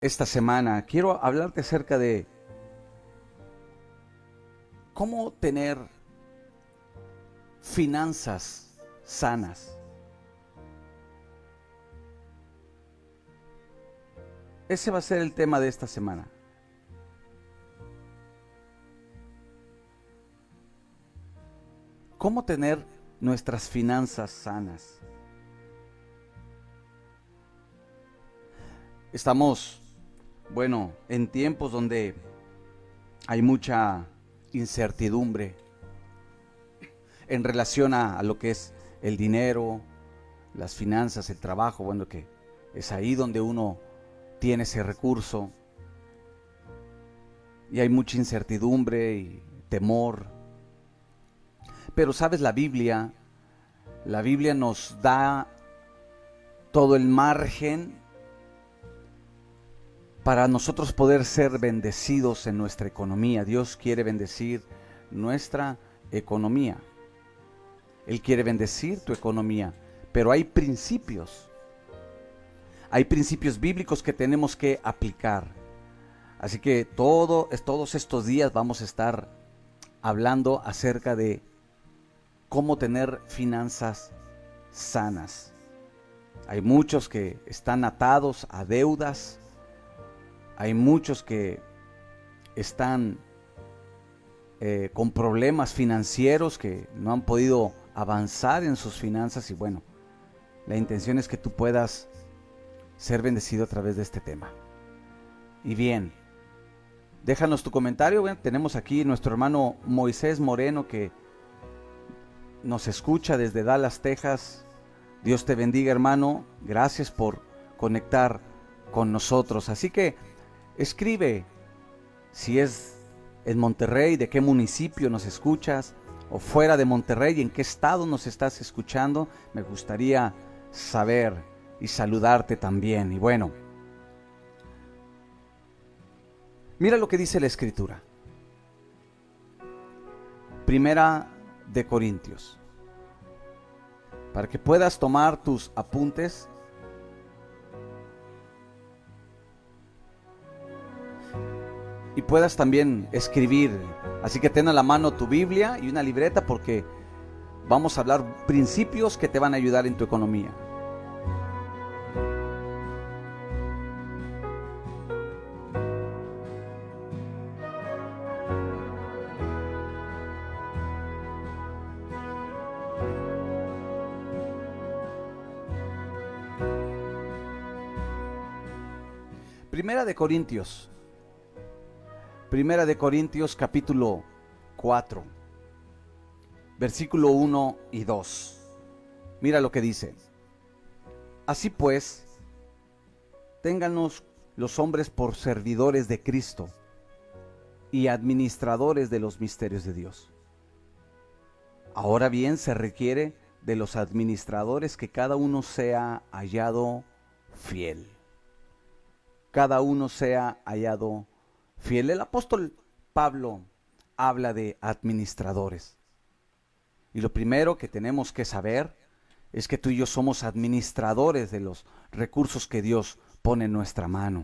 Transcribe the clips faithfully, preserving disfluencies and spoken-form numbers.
Esta semana quiero hablarte acerca de cómo tener finanzas sanas. Ese va a ser el tema de esta semana. ¿Cómo tener nuestras finanzas sanas? Estamos, bueno, en tiempos donde hay mucha incertidumbre en relación a, a lo que es el dinero, las finanzas, el trabajo, bueno, que es ahí donde uno tiene ese recurso. Y hay mucha incertidumbre y temor. Pero sabes, la Biblia, la Biblia nos da todo el margen para nosotros poder ser bendecidos en nuestra economía. Dios quiere bendecir nuestra economía. Él quiere bendecir tu economía, pero hay principios. Hay principios bíblicos que tenemos que aplicar. Así que todo, todos estos días vamos a estar hablando acerca de cómo tener finanzas sanas. Hay muchos que están atados a deudas. Hay muchos que están eh, con problemas financieros, que no han podido avanzar en sus finanzas, y bueno, la intención es que tú puedas ser bendecido a través de este tema. Y bien, déjanos tu comentario. Bueno, tenemos aquí nuestro hermano Moisés Moreno, que nos escucha desde Dallas, Texas. Dios te bendiga, hermano. Gracias por conectar con nosotros. Así que escribe si es en Monterrey, de qué municipio nos escuchas, o fuera de Monterrey, en qué estado nos estás escuchando. Me gustaría saber y saludarte también. Y bueno, mira lo que dice la Escritura. Primera de Corintios. Para que puedas tomar tus apuntes. Y puedas también escribir. Así que ten a la mano tu Biblia y una libreta, porque vamos a hablar principios que te van a ayudar en tu economía. Primera de Corintios. Primera de Corintios capítulo cuatro, versículo uno y dos. Mira lo que dice. Así pues, téngannos los hombres por servidores de Cristo y administradores de los misterios de Dios. Ahora bien, se requiere de los administradores que cada uno sea hallado fiel. Cada uno sea hallado fiel. El apóstol Pablo habla de administradores. Y lo primero que tenemos que saber es que tú y yo somos administradores de los recursos que Dios pone en nuestra mano.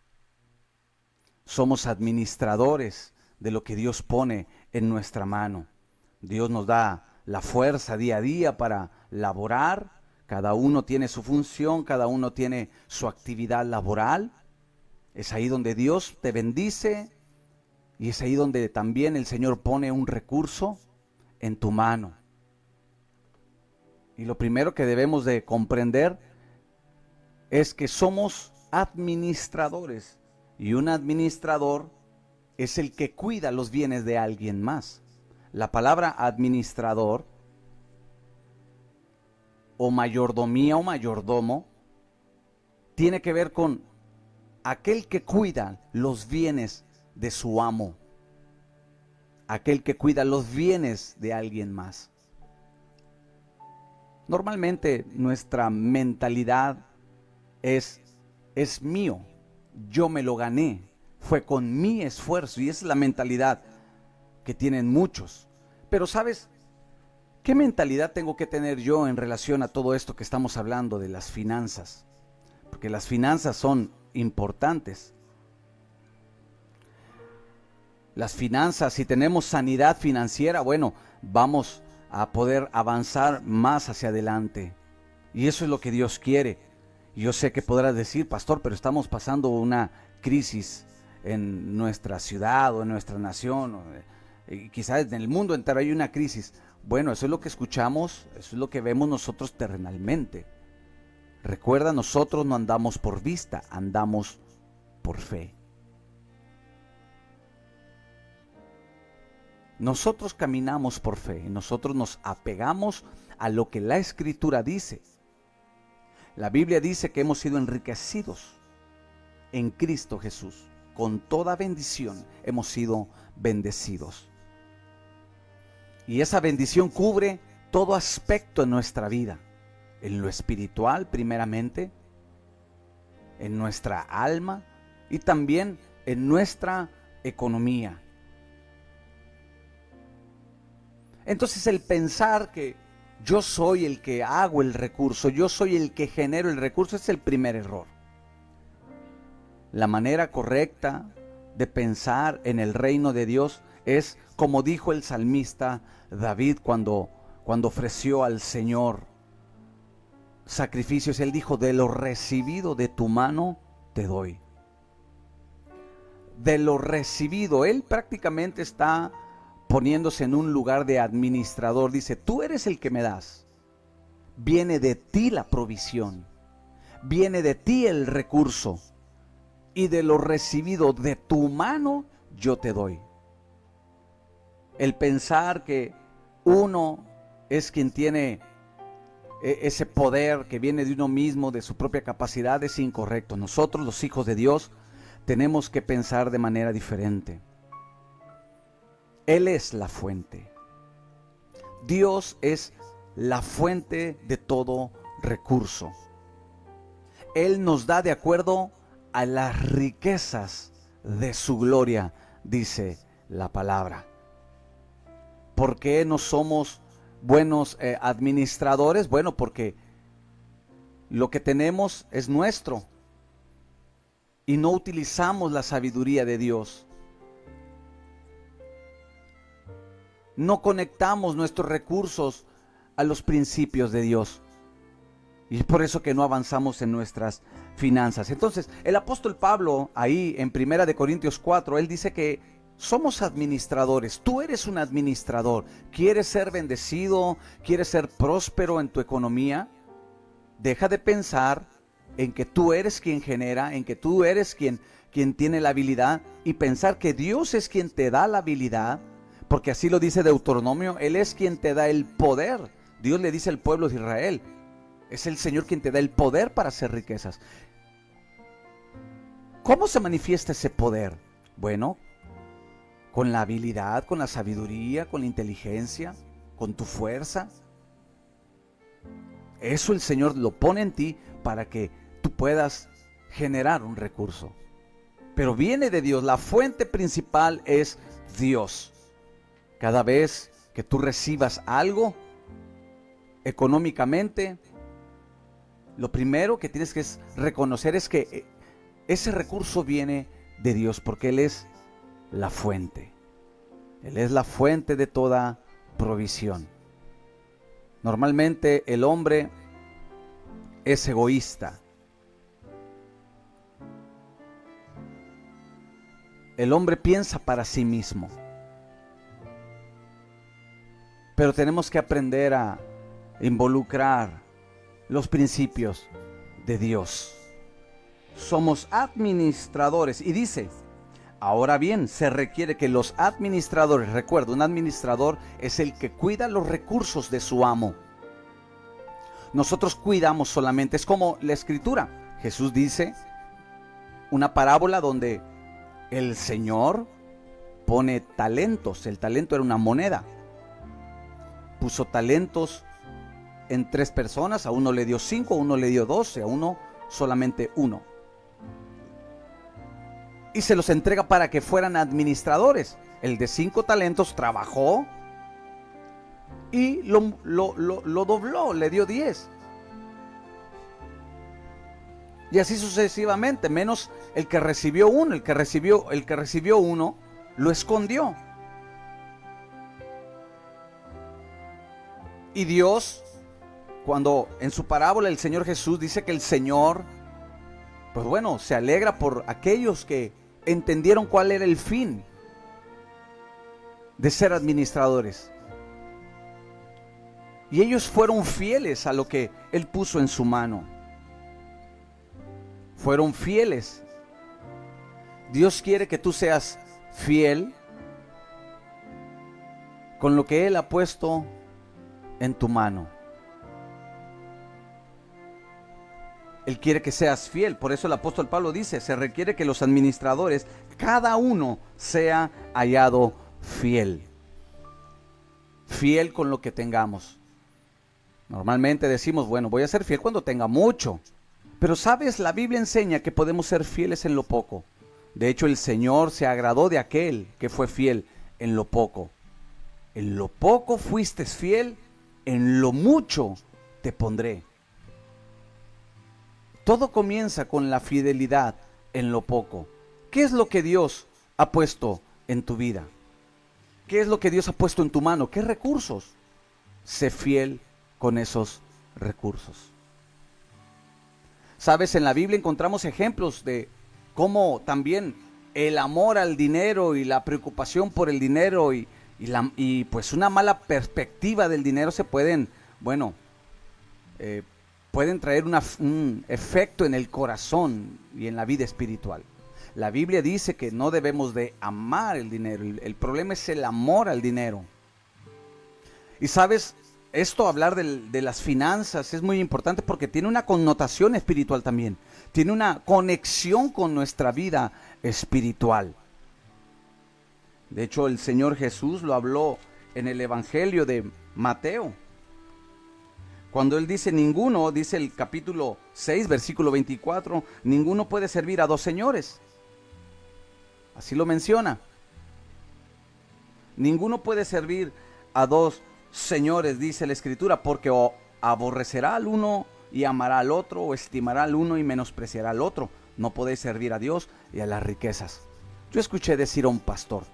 Somos administradores de lo que Dios pone en nuestra mano. Dios nos da la fuerza día a día para laborar. Cada uno tiene su función, cada uno tiene su actividad laboral. Es ahí donde Dios te bendice, y es ahí donde también el Señor pone un recurso en tu mano. Y lo primero que debemos de comprender es que somos administradores, y un administrador es el que cuida los bienes de alguien más. La palabra administrador o mayordomía o mayordomo tiene que ver con aquel que cuida los bienes de su amo, aquel que cuida los bienes de alguien más. Normalmente nuestra mentalidad es, es mío, yo me lo gané, fue con mi esfuerzo, y esa es la mentalidad que tienen muchos. Pero ¿sabes qué mentalidad tengo que tener yo en relación a todo esto que estamos hablando de las finanzas? porque las finanzas son importantes. Las finanzas, si tenemos sanidad financiera, bueno, vamos a poder avanzar más hacia adelante. Y eso es lo que Dios quiere. Yo sé que podrás decir, pastor, pero estamos pasando una crisis en nuestra ciudad o en nuestra nación, o, eh, quizás en el mundo entero hay una crisis. Bueno, eso es lo que escuchamos, eso es lo que vemos nosotros terrenalmente. Recuerda, nosotros no andamos por vista, andamos por fe. Nosotros caminamos por fe y nosotros nos apegamos a lo que la Escritura dice. La Biblia dice que hemos sido enriquecidos en Cristo Jesús. Con toda bendición hemos sido bendecidos. Y esa bendición cubre todo aspecto en nuestra vida. En lo espiritual primeramente, en nuestra alma y también en nuestra economía. Entonces el pensar que yo soy el que hago el recurso, yo soy el que genero el recurso, es el primer error. La manera correcta de pensar en el reino de Dios es como dijo el salmista David cuando, cuando ofreció al Señor sacrificios. Él dijo, de lo recibido de tu mano te doy. De lo recibido, él prácticamente está poniéndose en un lugar de administrador. Dice, tú eres el que me das. Viene de ti la provisión. Viene de ti el recurso. Y de lo recibido de tu mano yo te doy. El pensar que uno es quien tiene ese poder que viene de uno mismo, de su propia capacidad, es incorrecto. Nosotros, los hijos de Dios, tenemos que pensar de manera diferente. Él es la fuente. Dios es la fuente de todo recurso. Él nos da de acuerdo a las riquezas de su gloria, dice la palabra. ¿Por qué no somos buenos eh, administradores? Bueno, porque lo que tenemos es nuestro y no utilizamos la sabiduría de Dios. No conectamos nuestros recursos a los principios de Dios. Y es por eso que no avanzamos en nuestras finanzas. Entonces, el apóstol Pablo, ahí en primera de Corintios cuatro, él dice que somos administradores. Tú eres un administrador. ¿Quieres ser bendecido? ¿Quieres ser próspero en tu economía? Deja de pensar en que tú eres quien genera, en que tú eres quien, quien tiene la habilidad, y pensar que Dios es quien te da la habilidad, porque así lo dice Deuteronomio. Él es quien te da el poder. Dios le dice al pueblo de Israel, es el Señor quien te da el poder para hacer riquezas. ¿Cómo se manifiesta ese poder? Bueno, con la habilidad, con la sabiduría, con la inteligencia, con tu fuerza. Eso el Señor lo pone en ti para que tú puedas generar un recurso. Pero viene de Dios, la fuente principal es Dios. Cada vez que tú recibas algo económicamente, lo primero que tienes que reconocer es que ese recurso viene de Dios, porque Él es la fuente. Él es la fuente de toda provisión. Normalmente el hombre es egoísta. El hombre piensa para sí mismo. Pero tenemos que aprender a involucrar los principios de Dios. Somos administradores. Y dice, ahora bien, se requiere que los administradores, recuerda, un administrador es el que cuida los recursos de su amo. Nosotros cuidamos solamente, es como la Escritura. Jesús dice una parábola donde el Señor pone talentos. El talento era una moneda. Puso talentos en tres personas, a uno le dio cinco, a uno le dio doce, a uno solamente uno. Y se los entrega para que fueran administradores. El de cinco talentos trabajó y lo, lo, lo, lo dobló, le dio diez. Y así sucesivamente, menos el que recibió uno, el que recibió, el que recibió uno, lo escondió. Y Dios, cuando en su parábola el Señor Jesús dice que el Señor, pues bueno, se alegra por aquellos que entendieron cuál era el fin de ser administradores. Y ellos fueron fieles a lo que Él puso en su mano. Fueron fieles. Dios quiere que tú seas fiel con lo que Él ha puesto en tu mano. Él quiere que seas fiel. Por eso el apóstol Pablo dice, se requiere que los administradores, cada uno sea hallado fiel. Fiel con lo que tengamos. Normalmente decimos, bueno, voy a ser fiel cuando tenga mucho. Pero sabes, la Biblia enseña que podemos ser fieles en lo poco. De hecho, el Señor se agradó de aquel que fue fiel en lo poco. En lo poco fuiste fiel, en lo mucho te pondré. Todo comienza con la fidelidad en lo poco. ¿Qué es lo que Dios ha puesto en tu vida? ¿Qué es lo que Dios ha puesto en tu mano? ¿Qué recursos? Sé fiel con esos recursos. Sabes, en la Biblia encontramos ejemplos de cómo también el amor al dinero y la preocupación por el dinero y, y, la, y pues una mala perspectiva del dinero se pueden, bueno, eh, pueden traer una, un efecto en el corazón y en la vida espiritual. La Biblia dice que no debemos de amar el dinero. El, el problema es el amor al dinero. Y sabes, esto, hablar de, de las finanzas, es muy importante porque tiene una connotación espiritual también. Tiene una conexión con nuestra vida espiritual. De hecho, el Señor Jesús lo habló en el Evangelio de Mateo. Cuando Él dice ninguno, dice el capítulo seis, versículo veinticuatro, ninguno puede servir a dos señores. Así lo menciona. Ninguno puede servir a dos señores, dice la Escritura, porque o aborrecerá al uno y amará al otro, o estimará al uno y menospreciará al otro. No podéis servir a Dios y a las riquezas. Yo escuché decir a un pastor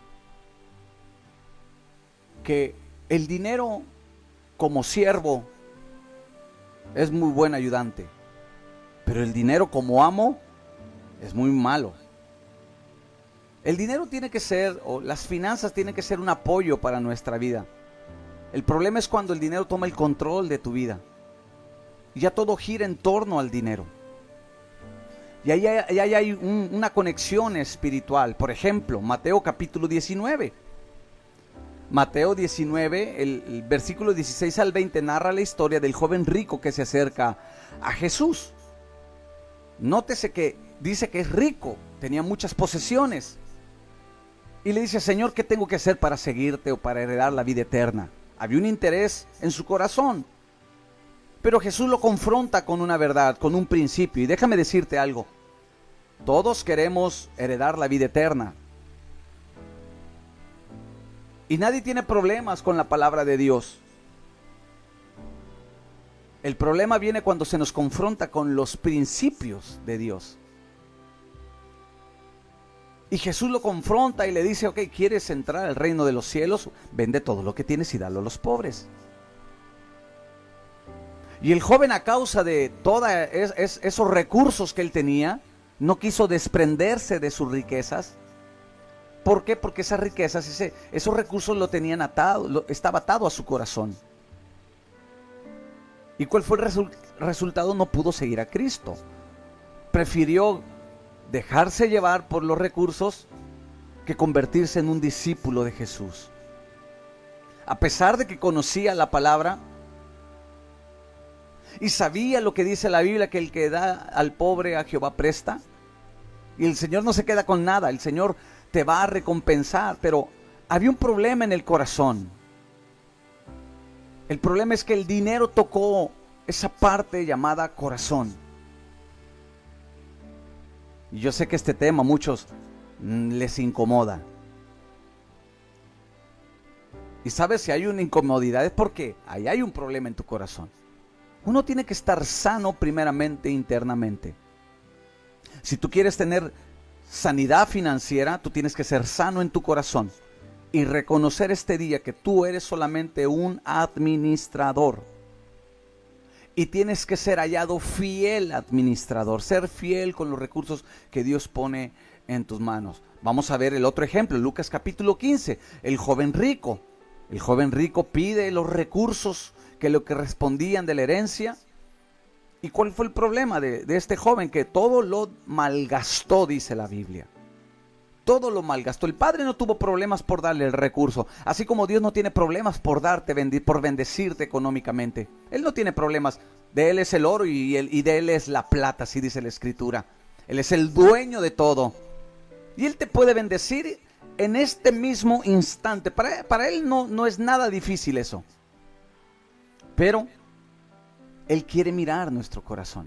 que el dinero como siervo es muy buen ayudante, pero el dinero como amo es muy malo. El dinero tiene que ser, o las finanzas tienen que ser un apoyo para nuestra vida. El problema es cuando el dinero toma el control de tu vida y ya todo gira en torno al dinero. Y ahí hay, ahí hay un, una conexión espiritual. Por ejemplo, Mateo capítulo diecinueve. Mateo diecinueve, el, el versículo dieciséis al veinte narra la historia del joven rico que se acerca a Jesús. Nótese que dice que es rico, tenía muchas posesiones. Y le dice, Señor, ¿qué tengo que hacer para seguirte o para heredar la vida eterna? Había un interés en su corazón. Pero Jesús lo confronta con una verdad, con un principio. Y déjame decirte algo. Todos queremos heredar la vida eterna. Y nadie tiene problemas con la palabra de Dios. El problema viene cuando se nos confronta con los principios de Dios. Y Jesús lo confronta y le dice, ok, ¿quieres entrar al reino de los cielos? Vende todo lo que tienes y dalo a los pobres. Y el joven, a causa de todos es, es, esos recursos que él tenía, no quiso desprenderse de sus riquezas. ¿Por qué? Porque esas riquezas, ese, esos recursos lo tenían atado, lo, estaba atado a su corazón. ¿Y cuál fue el resu- resultado? No pudo seguir a Cristo. Prefirió dejarse llevar por los recursos que convertirse en un discípulo de Jesús. A pesar de que conocía la palabra y sabía lo que dice la Biblia, que el que da al pobre a Jehová presta, y el Señor no se queda con nada, el Señor te va a recompensar, pero había un problema en el corazón. El problema es que el dinero tocó esa parte llamada corazón. Y yo sé que este tema a muchos mm, les incomoda. Y sabes, si hay una incomodidad es porque ahí hay un problema en tu corazón. Uno tiene que estar sano primeramente internamente. Si tú quieres tener sanidad financiera, tú tienes que ser sano en tu corazón y reconocer este día que tú eres solamente un administrador. Y tienes que ser hallado fiel administrador, ser fiel con los recursos que Dios pone en tus manos. Vamos a ver el otro ejemplo, Lucas capítulo quince, el joven rico. El joven rico pide los recursos que le correspondían de la herencia. ¿Y cuál fue el problema de, de este joven? Que todo lo malgastó, dice la Biblia. Todo lo malgastó. El padre no tuvo problemas por darle el recurso, así como Dios no tiene problemas por darte, por bendecirte económicamente. Él no tiene problemas. De Él es el oro y, el, y de Él es la plata, así dice la Escritura. Él es el dueño de todo. Y Él te puede bendecir en este mismo instante. Para, para Él no, no es nada difícil eso. Pero Él quiere mirar nuestro corazón.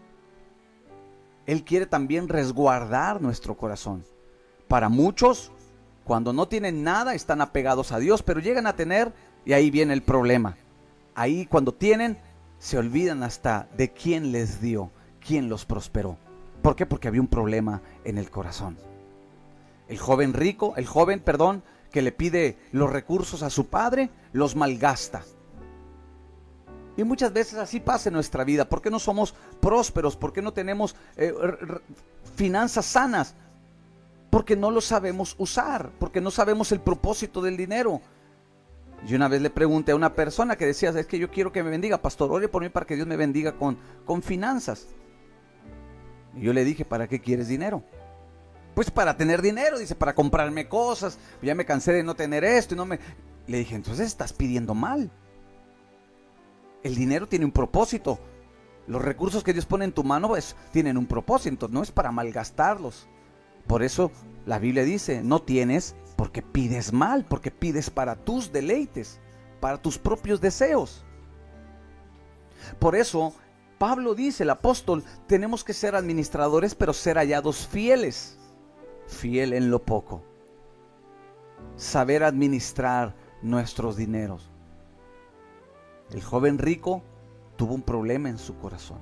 Él quiere también resguardar nuestro corazón. Para muchos, cuando no tienen nada, están apegados a Dios, pero llegan a tener y ahí viene el problema. Ahí cuando tienen, se olvidan hasta de quién les dio, quién los prosperó. ¿Por qué? Porque había un problema en el corazón. El joven rico, el joven, perdón, que le pide los recursos a su padre, los malgasta. Y muchas veces así pasa en nuestra vida. ¿Por qué no somos prósperos? ¿Por qué no tenemos eh, finanzas sanas? Porque no lo sabemos usar, porque no sabemos el propósito del dinero. Y una vez le pregunté a una persona que decía, es que yo quiero que me bendiga, pastor, ore por mí para que Dios me bendiga con, con finanzas. Y yo le dije, ¿para qué quieres dinero? Pues para tener dinero, dice, para comprarme cosas, ya me cansé de no tener esto y no me... Le dije, entonces estás pidiendo mal. El dinero tiene un propósito. Los recursos que Dios pone en tu mano pues, tienen un propósito, no es para malgastarlos. Por eso la Biblia dice, no tienes porque pides mal, porque pides para tus deleites, para tus propios deseos. Por eso Pablo dice, el apóstol, tenemos que ser administradores, pero ser hallados fieles. Fiel en lo poco. Saber administrar nuestros dineros. El joven rico tuvo un problema en su corazón.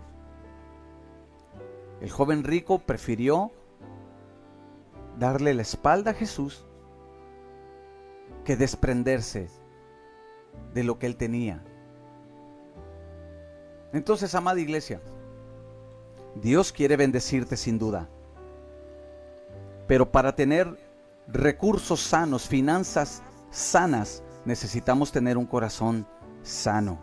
El joven rico prefirió darle la espalda a Jesús que desprenderse de lo que él tenía. Entonces, amada iglesia, Dios quiere bendecirte sin duda, pero para tener recursos sanos, finanzas sanas, necesitamos tener un corazón sano.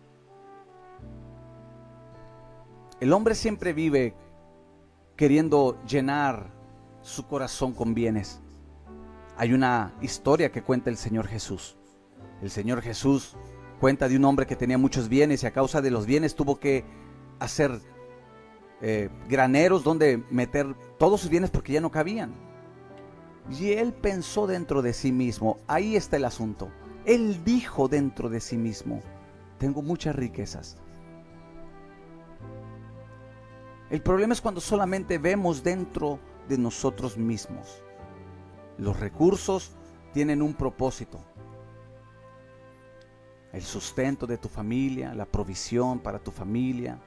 El hombre siempre vive queriendo llenar su corazón con bienes. Hay una historia que cuenta el Señor Jesús. El Señor Jesús cuenta de un hombre que tenía muchos bienes y a causa de los bienes tuvo que hacer eh, graneros donde meter todos sus bienes porque ya no cabían. Y él pensó dentro de sí mismo, ahí está el asunto. Él dijo dentro de sí mismo, tengo muchas riquezas. El problema es cuando solamente vemos dentro de nosotros mismos. Los recursos tienen un propósito. El sustento de tu familia, la provisión para tu familia.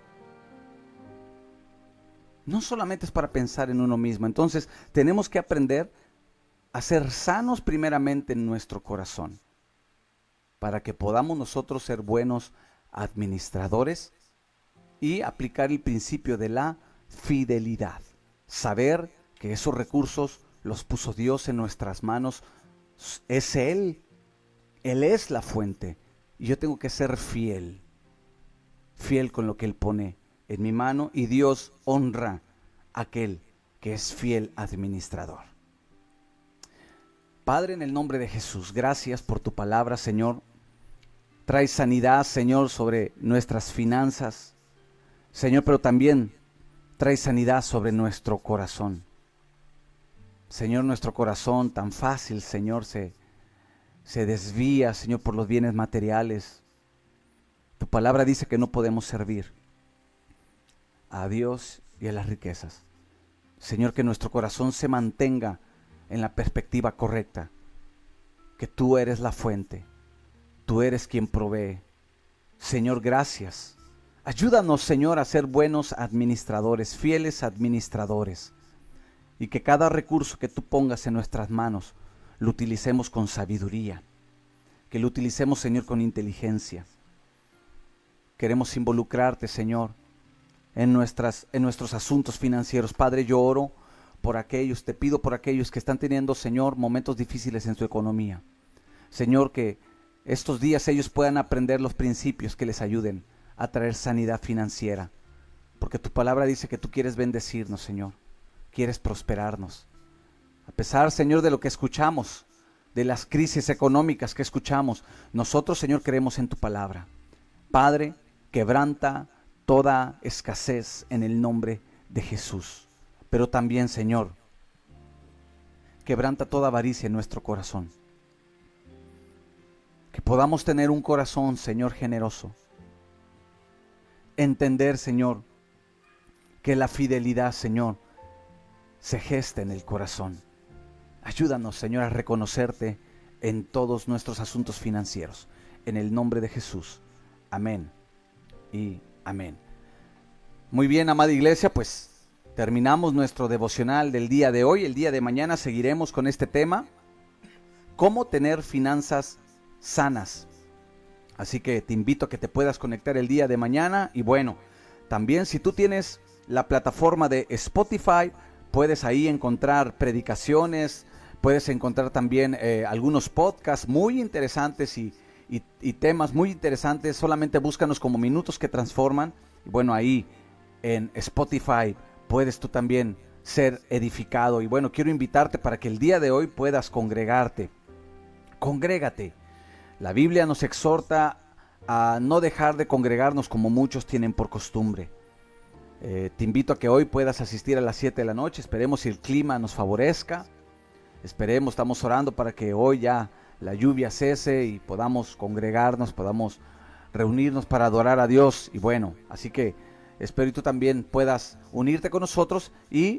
No solamente es para pensar en uno mismo. Entonces tenemos que aprender a ser sanos primeramente en nuestro corazón, para que podamos nosotros ser buenos administradores y aplicar el principio de la fidelidad. Saber que esos recursos los puso Dios en nuestras manos. Es Él. Él es la fuente. Y yo tengo que ser fiel. Fiel con lo que Él pone en mi mano. Y Dios honra a aquel que es fiel administrador. Padre, en el nombre de Jesús, gracias por tu palabra, Señor. Trae sanidad, Señor, sobre nuestras finanzas. Señor, pero también trae sanidad sobre nuestro corazón. Señor, nuestro corazón tan fácil, Señor, se, se desvía, Señor, por los bienes materiales. Tu palabra dice que no podemos servir a Dios y a las riquezas. Señor, que nuestro corazón se mantenga en la perspectiva correcta, que tú eres la fuente, tú eres quien provee. Señor, gracias. Ayúdanos, Señor, a ser buenos administradores, fieles administradores, y que cada recurso que tú pongas en nuestras manos lo utilicemos con sabiduría, que lo utilicemos, Señor, con inteligencia. Queremos involucrarte, Señor, en, nuestras, en nuestros asuntos financieros. Padre, yo oro por aquellos, te pido por aquellos que están teniendo, Señor, momentos difíciles en su economía. Señor, que estos días ellos puedan aprender los principios que les ayuden a traer sanidad financiera, porque tu palabra dice que tú quieres bendecirnos, Señor, quieres prosperarnos. A pesar, Señor, de lo que escuchamos, de las crisis económicas que escuchamos, nosotros, Señor, creemos en tu palabra. Padre, quebranta toda escasez en el nombre de Jesús, pero también, Señor, quebranta toda avaricia en nuestro corazón. Que podamos tener un corazón, Señor, generoso. Entender, Señor, que la fidelidad, Señor, se gesta en el corazón. Ayúdanos, Señor, a reconocerte en todos nuestros asuntos financieros. En el nombre de Jesús. Amén y amén. Muy bien, amada iglesia, pues terminamos nuestro devocional del día de hoy. El día de mañana seguiremos con este tema: ¿cómo tener finanzas sanas? Así que te invito a que te puedas conectar el día de mañana. Y bueno, también si tú tienes la plataforma de Spotify, puedes ahí encontrar predicaciones, puedes encontrar también eh, algunos podcasts muy interesantes y, y, y temas muy interesantes. Solamente búscanos como Minutos que Transforman. Y bueno, ahí en Spotify puedes tú también ser edificado. Y bueno, quiero invitarte para que el día de hoy puedas congregarte. Congrégate. La Biblia nos exhorta a no dejar de congregarnos como muchos tienen por costumbre. Eh, te invito a que hoy puedas asistir a las siete de la noche. Esperemos si el clima nos favorezca. Esperemos, estamos orando para que hoy ya la lluvia cese y podamos congregarnos, podamos reunirnos para adorar a Dios. Y bueno, así que espero que tú también puedas unirte con nosotros y